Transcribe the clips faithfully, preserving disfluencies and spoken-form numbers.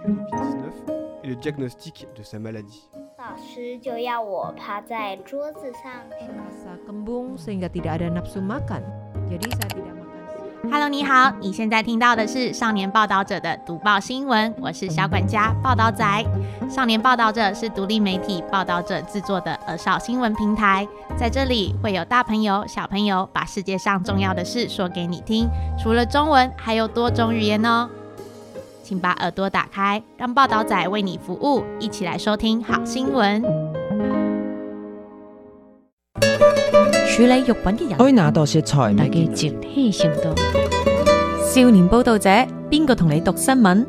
covid dix-neuf et le diagnostic de sa maladie. 老师就要我趴在桌子上。 Rasa kembung sehingga tidak ada nafsu makan. Jadi saya tidak makan siang. Hello， 你好，你现在听到的是少年报道者的读报新闻，我是小管家报道仔。少年报道者是独立媒体报道者制作的儿少新闻平台，在这里会有大朋友、小朋友把世界上重要的事说给你听，除了中文，还有多种语言哦。请把耳朵打開，讓報道仔為你服務，一起來收聽好新聞。 處理肉品嘅人開那道食材大嘅集體行動。少年報道者，邊個同你讀新聞？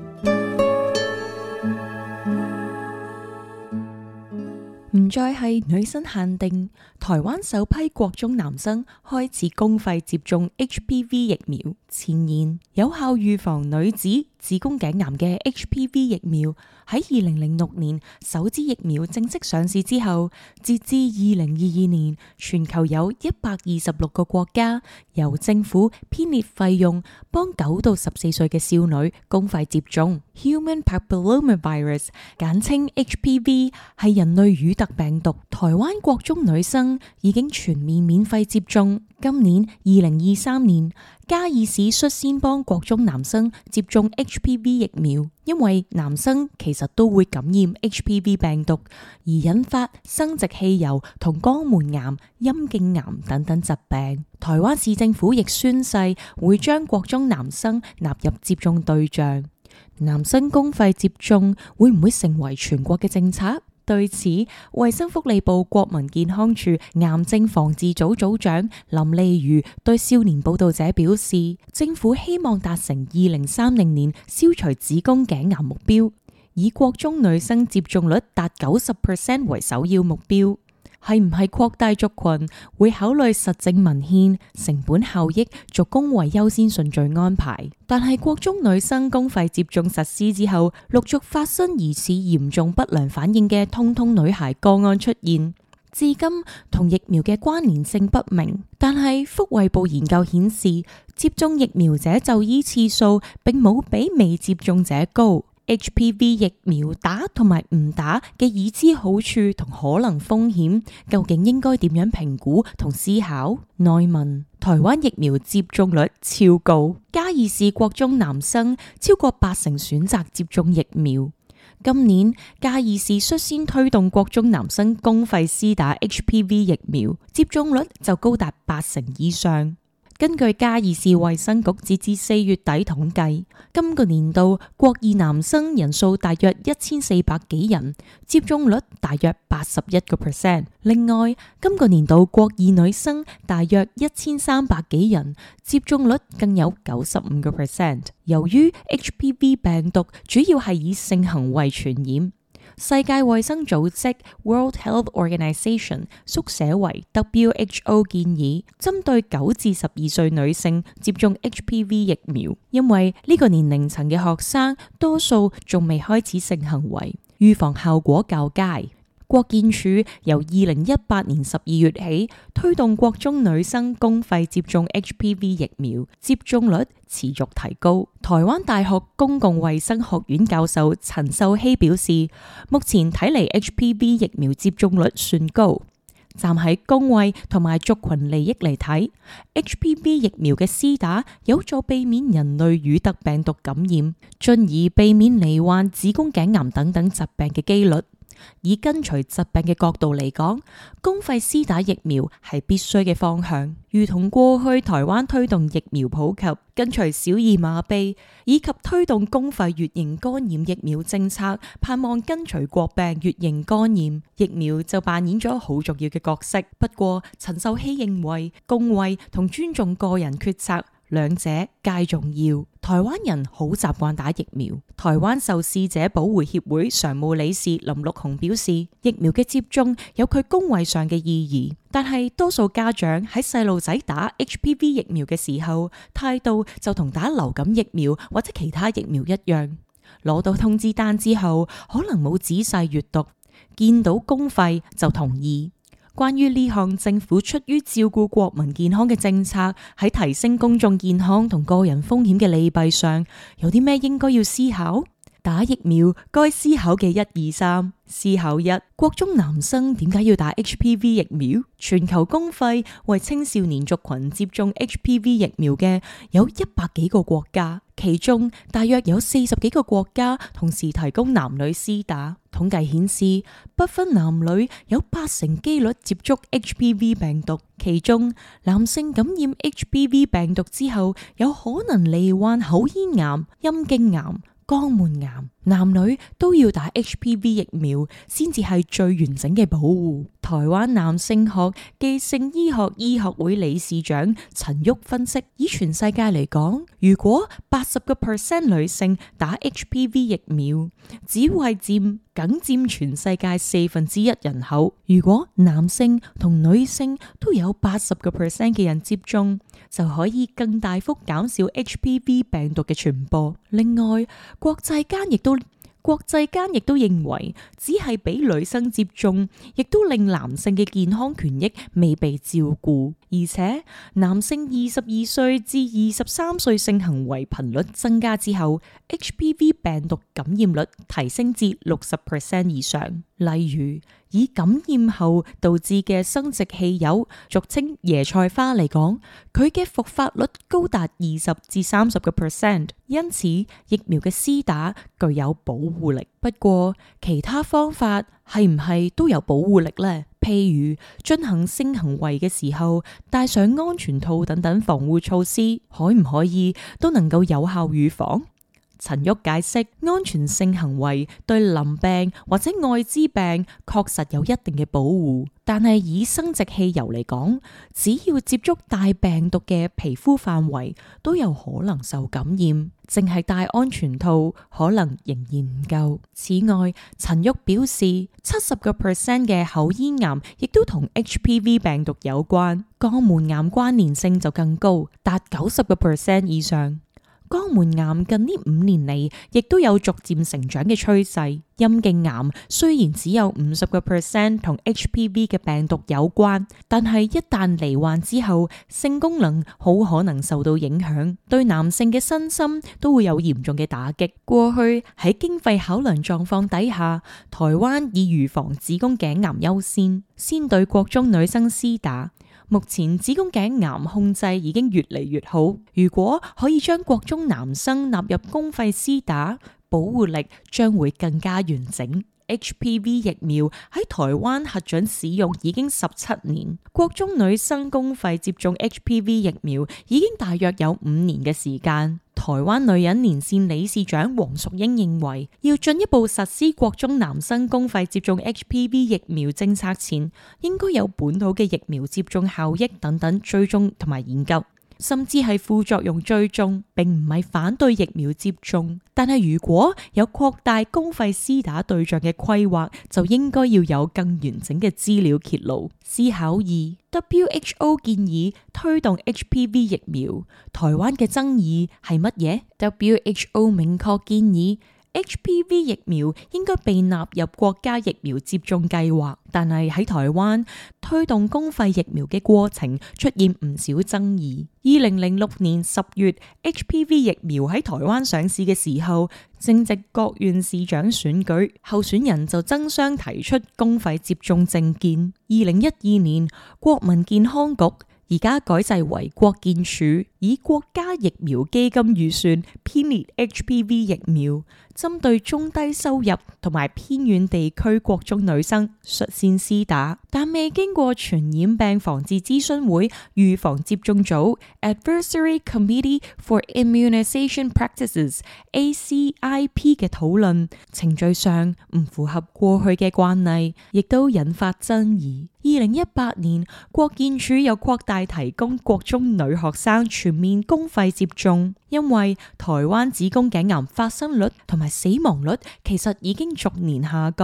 唔再係女生限定，台灣首批國中男生開始公費接種 H P V 疫苗，前言有效預防女子子宮頸癌嘅 H P V 疫苗喺二零零六年首支疫苗正式上市之後，截至二零二二年，全球有一百二十六個國家由政府編列費用幫九到十四歲嘅少女公費接種 Human Papillomavirus， 簡稱 H P V， 係人類乳突病毒。台灣國中女生已經全面免費接種。今年二零二三年，嘉義市率先幫國中男生接種 H P V 疫苗，因為男生其實都會感染 H P V 病毒，而引發生殖器疣同肛門癌、陰莖癌等等疾病。台灣市政府亦宣誓會將國中男生納入接種對象。男生公費接種會唔會成為全國嘅政策？對此，衛生福利部國民健康處癌症防治組組長林麗如對少年報道者表示，政府希望達成二零三零年消除子宮頸癌目標，以國中女生接種率達九十 percent 為首要目標。係唔係擴大族群，會考慮實證文獻、成本效益、逐工為優先順序安排。但係國中女生公費接種實施之後，陸續發生疑似嚴重不良反應嘅通通女孩個案出現，至今同疫苗嘅關聯性不明。但係福衛部研究顯示，接種疫苗者就醫次數並冇比未接種者高。H P V 疫苗打同埋唔打嘅已知好處同可能風險，究竟應該點樣評估同思考？內文：台灣疫苗接種率超高，嘉義市國中男生超過八成選擇接種疫苗。今年嘉義市率先推動國中男生公費施打 H P V 疫苗，接種率就高達八成以上。根據嘉義市衛生局截至四月底統計，今個年度國二男生人數大約一千四百幾人，接種率大約八十一個 percent。另外，今個年度國二女生大約一千三百幾人，接種率更有九十五個 percent。由於 H P V 病毒主要係以性行為傳染，世界衛生組織 World Health Organization 縮寫為 W H O 建議，針對九至十二歲女性接種 H P V 疫苗，因為呢個年齡層嘅學生多數仲未開始性行為，預防效果較佳。國健署由二零一八年十二月起推動國中女生公費接種 H P V 疫苗，接種率持續提高。台灣大學公共衛生學院教授陳秀熙表示，目前睇嚟 H P V 疫苗接種率算高。站喺公衛同埋族群利益嚟睇 ，H P V 疫苗嘅施打有助避免人類乳突病毒感染，進而避免罹患子宮頸癌等等疾病嘅機率。以根除疾病嘅角度嚟講，公費施打疫苗係必須嘅方向，如同過去台灣推動疫苗普及、根除小兒麻痹，以及推動公費乙型肝炎疫苗政策，盼望根除國病乙型肝炎，疫苗就扮演咗好重要嘅角色。不過，陳秀熙認為，公衛同尊重個人決策兩者皆重要。台灣人好習慣打疫苗。台灣受試者保護協會常務理事林陸雄表示，疫苗嘅接種有佢公衛上嘅意義，但係多數家長喺細路仔打 H P V 疫苗嘅時候，態度就同打流感疫苗或者其他疫苗一樣，攞到通知單之後，可能冇仔細閱讀，見到公費就同意。關於呢項政府出於照顧國民健康嘅政策，喺提升公眾健康同個人風險嘅利弊上，有啲咩應該要思考？ 打疫苗該思考嘅一二三。思考一，國中男生點解要打 H P V 疫苗？全球公費為青少年族群接種 H P V 疫苗嘅有一百幾個國家，其中大約有四十幾個國家同時提供男女施打。統計顯示，不分男女有八成機率接觸 H P V 病毒，其中男性感染 H P V 病毒之後，有可能罹患口咽癌、陰莖癌、肛門癌。男女都要打 H P V 疫苗先至係最完整嘅保護。台灣男性學暨性醫學醫學會理事長陳旭分析，以全世界嚟講，如果八十個 percent 女性打 H P V 疫苗，只會佔僅佔全世界四分之一人口。如果男性同女性都有八十個 percent 嘅人接種，就可以更大幅減少 H P V 病毒嘅傳播。另外，國際間亦都國際間亦都認為，只係俾女生接種，亦都令男性嘅健康權益未被照顧。而且，男性二十二歲至二十三歲性行為頻率增加之後 ，H P V 病毒感染率提升至六十 percent 以上。例如，以感染後導致嘅生殖器疣，俗稱椰菜花嚟講，佢嘅復發率高達二十至三十個 percent， 因此疫苗嘅施打具有保護力。不過，其他方法係唔係都有保護力呢？譬如進行性行為嘅時候戴上安全套等等防護措施，可唔可以都能夠有效預防？陳旭解釋，安全性行為對淋病或者艾滋病確實有一定嘅保護，但係以生殖器疣嚟講，只要接觸帶病毒嘅皮膚範圍都有可能受感染，淨係戴安全套可能仍然唔夠。此外，陳旭表示，七十個 percent 嘅口咽癌亦都同 H P V 病毒有關，肛門癌關聯性就更高，達九十個 percent 以上。肛門癌近呢五年嚟，亦都有逐漸成長嘅趨勢。陰莖癌雖然只有五十個 percent 同 H P V 嘅病毒有關，但係一旦罹患之後，性功能好可能受到影響，對男性嘅身心都會有嚴重嘅打擊。過去喺經費考量狀況底下，台灣以預防子宮頸癌優先，先對國中女生施打。目前子宮頸癌控制已經越嚟越好，如果可以將國中男生納入公費施打，保護力將會更加完整。H P V 疫苗喺台灣核准使用已經十七年，國中女生公費接種 H P V 疫苗已經大約有五年嘅時間。台灣女人連線理事長黃淑英認為，要進一步實施國中男生公費接種 H P V 疫苗政策前，應該有本土嘅疫苗接種效益等等追蹤同埋研究，甚至係副作用追蹤，並唔係反對疫苗接種。但係如果有擴大公費施打對象嘅規劃，就應該要有更完整嘅資料揭露。思考二 ，W H O 建議推動 H P V 疫苗，台灣嘅爭議係乜嘢 ？W H O 明確建議H P V 疫苗應該被納入國家疫苗接種計劃，但係喺台灣推動公費疫苗嘅過程出現唔少爭議。二零零六年十月 ，H P V 疫苗喺台灣上市嘅時候，正值各縣市長選舉，候選人就爭相提出公費接種政見。二零一二年，國民健康局而家改制為國健署，以國家疫苗基金預算編列 H P V 疫苗，針對中低收入同埋偏遠地區國中女生率先施打，但未經過傳染病防治諮詢會預防接種組 Advisory Committee for Immunization Practices A C I P 嘅討論，程序上唔符合過去嘅慣例，亦都引發爭議。二零一八年，國健署又擴大提供國中女學生全面公費接種，因為台灣子宮頸癌發生率同埋死亡率其實已經逐年下降。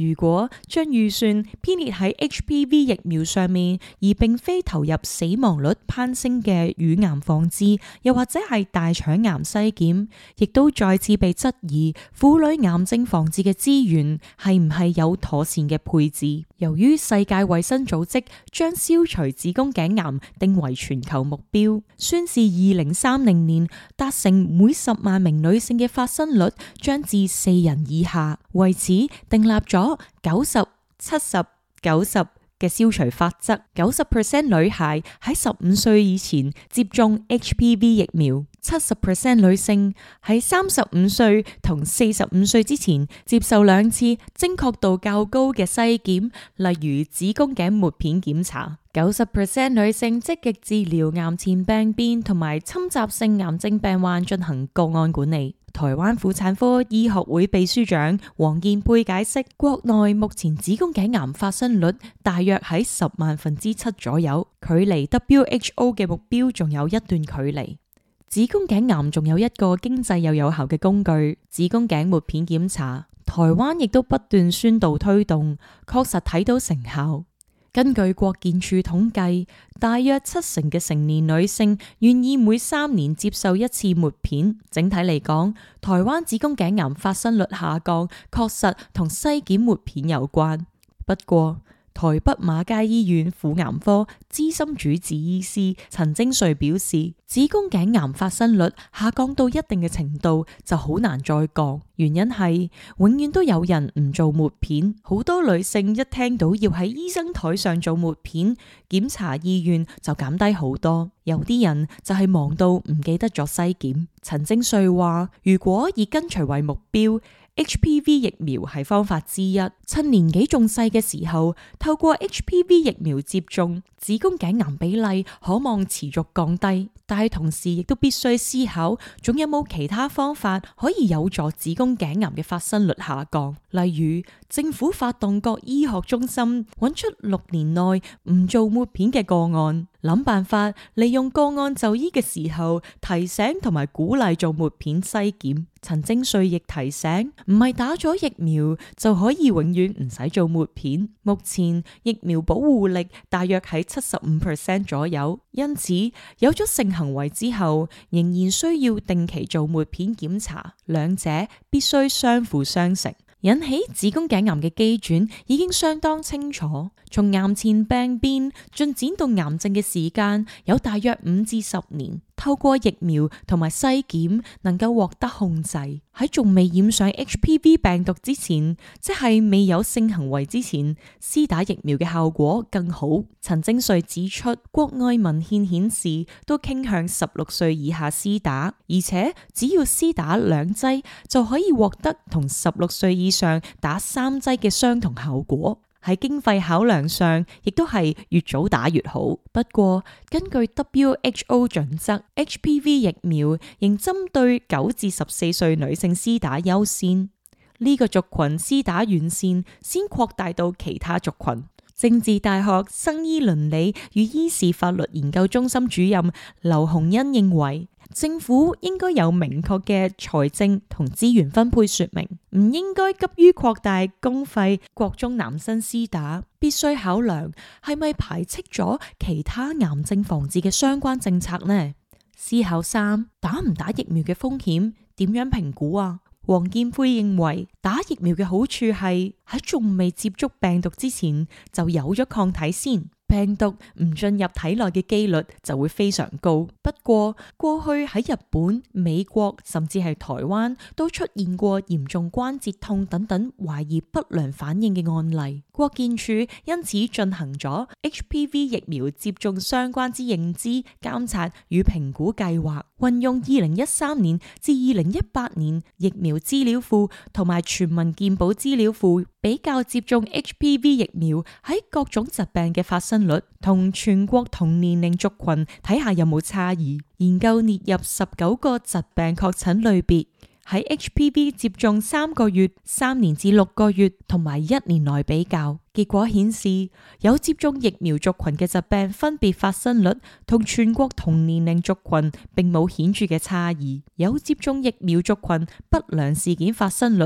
如果將預算偏列喺 H P V 疫苗上面，而並非投入死亡率攀升嘅乳癌防治，又或者係大腸癌篩檢，亦都再次被質疑婦女癌症防治嘅資源係唔係有妥善嘅配置。由於世界衛生組織將消除子宮頸癌定為全球目標，宣示二零三零年達成每十萬名女性嘅發生率將至四人以下，為此訂立咗九十、七十、九十嘅消除法則。九十 percent 女孩喺十五歲以前接種 H P V 疫苗，七十 percent 女性喺三十五歲同四十五歲之前接受兩次精確度較高嘅篩檢，例如子宮頸抹片檢查。九十 percent 女性積極治療癌前病變同埋侵襲性癌症病患進行個案管理。台灣婦產科醫學會秘書長黃建佩解釋，國內目前子宮頸癌發生率大約喺十萬分之七左右，距離 W H O 嘅目標仲有一段距離。子宮頸癌仲有一個經濟又有效嘅工具，子宮頸抹片檢查，台灣亦都不斷宣導推動，確實睇到成效。根據國健署統計，大約七成嘅成年女性願意每三年接受一次抹片。整體嚟講，台灣子宮頸癌發生率下降，確實同篩檢抹片有關。不過，台北馬偕醫院婦癌科資深主治醫師陳貞瑞表示，子宮頸癌發生率下降到一定嘅程度就好難再降，原因係永遠都有人唔做抹片。好多女性一聽到要喺醫生台上做抹片，檢查意願就減低好多。有啲人就係忙到唔記得咗篩檢。陳貞瑞話，如果以跟隨為目標，H P V 疫苗係方法之一，趁年紀仲細嘅時候，透過 H P V 疫苗接種，子宮頸癌比例可望持續降低。但係同時亦都必須思考，仲有冇其他方法可以有助子宮頸癌嘅發生率下降？例如，政府發動各醫學中心揾出六年內唔做抹片嘅個案，諗辦法利用個案就醫嘅時候提醒同埋鼓勵做抹片篩檢。陳貞瑞亦提醒，唔係打咗疫苗就可以永遠唔使做抹片。目前疫苗保護力大約喺七十五 percent 左右，因此有咗性行為之後，仍然需要定期做抹片檢查，兩者必須相輔相成。引起子宮頸癌嘅機轉已經相當清楚，從癌前病變進展到癌症嘅時間有大約五至十年。透過疫苗同埋篩檢能夠獲得控制。喺仲未染上 H P V 病毒之前，即係未有性行為之前，施打疫苗嘅效果更好。陳貞瑞指出，國外文獻顯示都傾向十六歲以下施打，而且只要施打兩劑就可以獲得同十六歲以上打三劑嘅相同效果。喺經費考量上，亦都係越早打越好。不過，根據 W H O 準則 ，H P V 疫苗仍針對九至十四歲女性施打優先。呢、這個族群施打完善，先擴大到其他族群。政治大學生醫倫理與醫事法律研究中心主任劉洪恩認為，政府應該有明確嘅財政同資源分配說明，唔應該急於擴大公費國中男生施打，必須考量係咪排斥咗其他癌症防治嘅相關政策呢？思考三，打唔打疫苗嘅風險點樣評估啊？黃建佩認為，打疫苗嘅好處係喺仲未接觸病毒之前就有咗抗體先。病毒唔進入體內嘅機率就會非常高。不過過去喺日本、美國甚至係台灣都出現過嚴重關節痛等等懷疑不良反應嘅案例。國健署因此進行咗 H P V 疫苗接種相關之認知、監察與評估計劃，運用二零一三年至二零一八年疫苗資料庫同埋全民健保資料庫，比較接種 H P V 疫苗喺各種疾病嘅發生率，同全國同年齡族群睇下有冇差異。研究列入十九個疾病確診類別，喺 H P V 接種三個月、三年至六個月同埋一年內比較，結果顯示有接種疫苗族群嘅疾病分別發生率同全國同年齡族群並冇顯著嘅差異。有接種疫苗族群不良事件發生率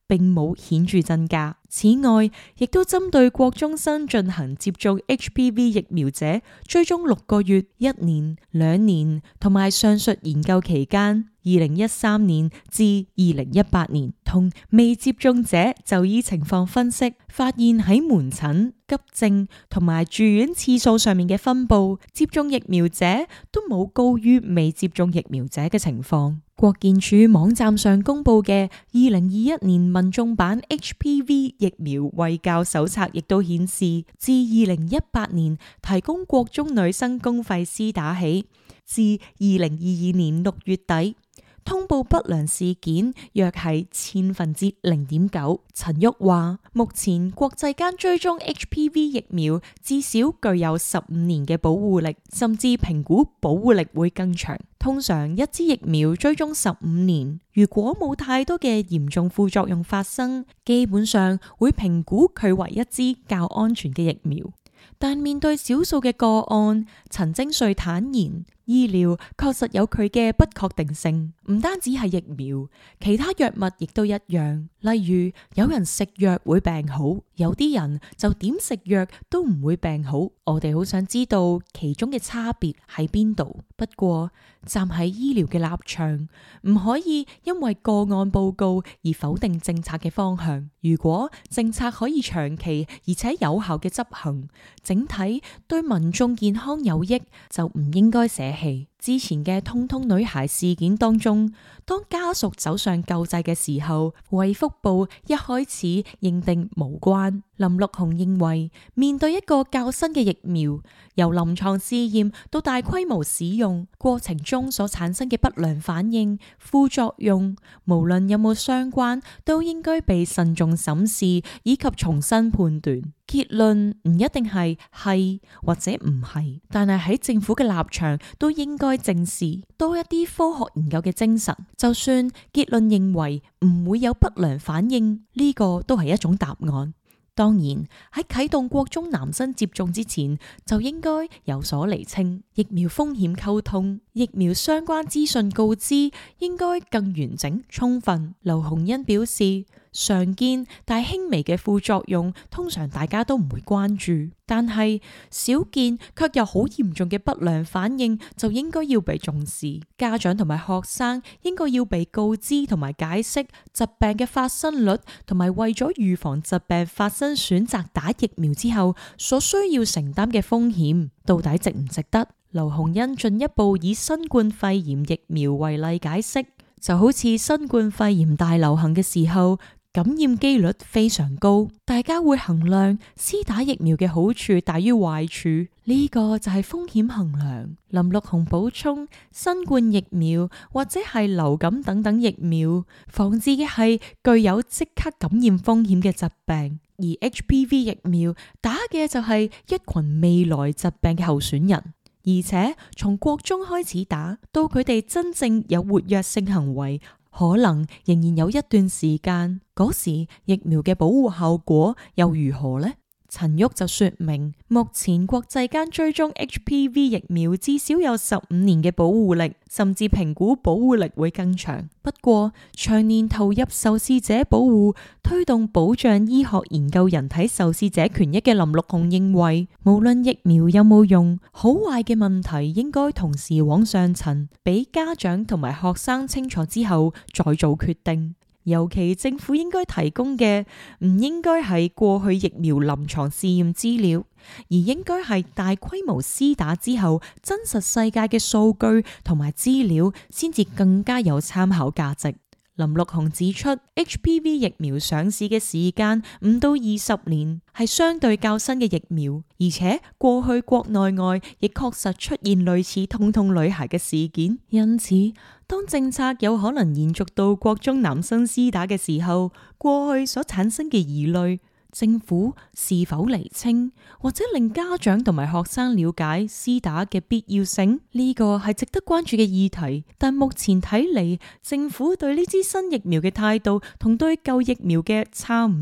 並冇顯著增加。此外，亦都針對國中生進行接種 H P V 疫苗者，追蹤六個月、一年、兩年，同埋上述研究期間二零一三年至二零一八年同未接種者就醫情況分析，發現喺門診、急症同埋住院次數上面嘅分佈，接種疫苗者都冇高於未接種疫苗者嘅情況。國健署網站上公布嘅二零二一年民眾版 H P V 疫苗衛教手冊亦都顯示，自二零一八年提供國中女生公費施打起，至二零二二年六月底，通報不良事件約係千分之零點九。陳旭話，目前國際間追蹤 H P V 疫苗至少具有十五年嘅保護力，甚至評估保護力會更長。通常一支疫苗追蹤十五年，如果冇太多嘅嚴重副作用發生，基本上會評估佢為一支較安全嘅疫苗。但面對少數嘅個案，陳貞瑞坦言，醫療確實有佢嘅不確定性，唔單止係疫苗，其他藥物亦都一樣。例如，有人食藥會病好，有啲人就點食藥都唔會病好。我哋好想知道其中嘅差別喺邊度。不過，站喺醫療嘅立場，唔可以因為個案報告而否定政策嘅方向。如果政策可以長期而且有效嘅執行，整體對民眾健康有益，就唔應該捨棄。之前嘅通通女孩事件當中，當家屬走上救濟嘅時候，衛福部一開始認定無關。林陸雄認為，面對一個較新嘅疫苗，由臨床試驗到大規模使用過程中所產生嘅不良反應、副作用，無論有冇相關，都應該被慎重審視以及重新判斷。結論唔一定係係或者唔係，但係喺政府嘅立場都應該正視多一啲科學研究嘅精神。就算結論認為唔會有不良反應，呢個都係一種答案。當然喺啟動國中男生接種之前，就應該有所釐清疫苗風險溝通，疫苗相關資訊告知應該更完整充分。劉洪恩表示，常見但輕微嘅副作用通常大家都唔會關注，但係少見卻又好嚴重嘅不良反應就應該要被重視。家長同埋學生應該要被告知同埋解釋疾病嘅發生率，同埋為咗預防疾病發生選擇打疫苗之後所需要承擔嘅風險到底值唔值得。劉洪恩進一步以新冠肺炎疫苗為例解釋，就好似新冠肺炎大流行嘅時候，感染機率非常高，大家會衡量施打疫苗嘅好處大於壞處，呢個就係風險衡量。林陸雄補充，新冠疫苗或者係流感等等疫苗，防治嘅係具有即刻感染風險嘅疾病，而 H P V 疫苗打嘅就係一群未來疾病嘅候選人。而且從國中開始打，到佢哋真正有活躍性行為，可能仍然有一段時間。嗰時疫苗嘅保護效果又如何呢？陳旭就說明，目前國際間追蹤 H P V 疫苗至少有十五年嘅保護力，甚至評估保護力會更長。不過，長年投入受試者保護、推動保障醫學研究人體受試者權益嘅林陸雄認為，無論疫苗有冇用，好壞嘅問題應該同時往上層，俾家長同埋學生清楚之後再做決定。尤其政府應該提供嘅唔應該係過去疫苗臨床試驗資料，而應該係大規模施打之後真實世界嘅數據同埋資料，先至更加有參考價值。林陸雄指出 ，H P V 疫苗上市嘅時間唔到二十年，係相對較新嘅疫苗，而且過去國內外亦確實出現類似通通女孩嘅事件，因此當政策有可能延續到國中男生施打嘅時候，過去所產生嘅疑慮，政府是否釐清，或者令家長同埋學生了解施打嘅必要性，呢個係值得關注嘅議題。但目前睇嚟，政府對呢支新疫苗嘅態度同對舊疫苗嘅差唔多，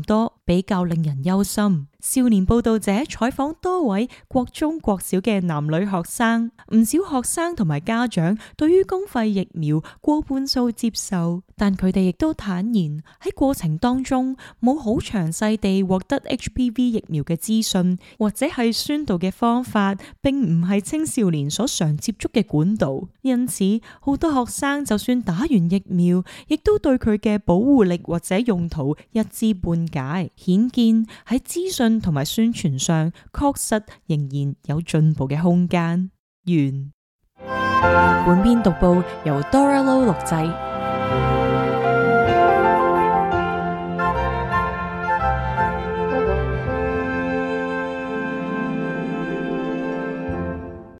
比較令人憂心。少年報道者採訪多位國中國小嘅男女學生，唔少學生同埋家長對於公費疫苗過半數接受，但佢哋亦都坦言喺過程當中冇好詳細地獲得 H P V 疫苗嘅資訊，或者係宣導嘅方法並唔係青少年所常接觸嘅管道，因此好多學生就算打完疫苗，亦都對佢嘅保護力或者用途一知半解，顯見喺資訊同埋宣傳上確實仍然有進步嘅空間。完。本篇讀報由 Dora Lo 錄製。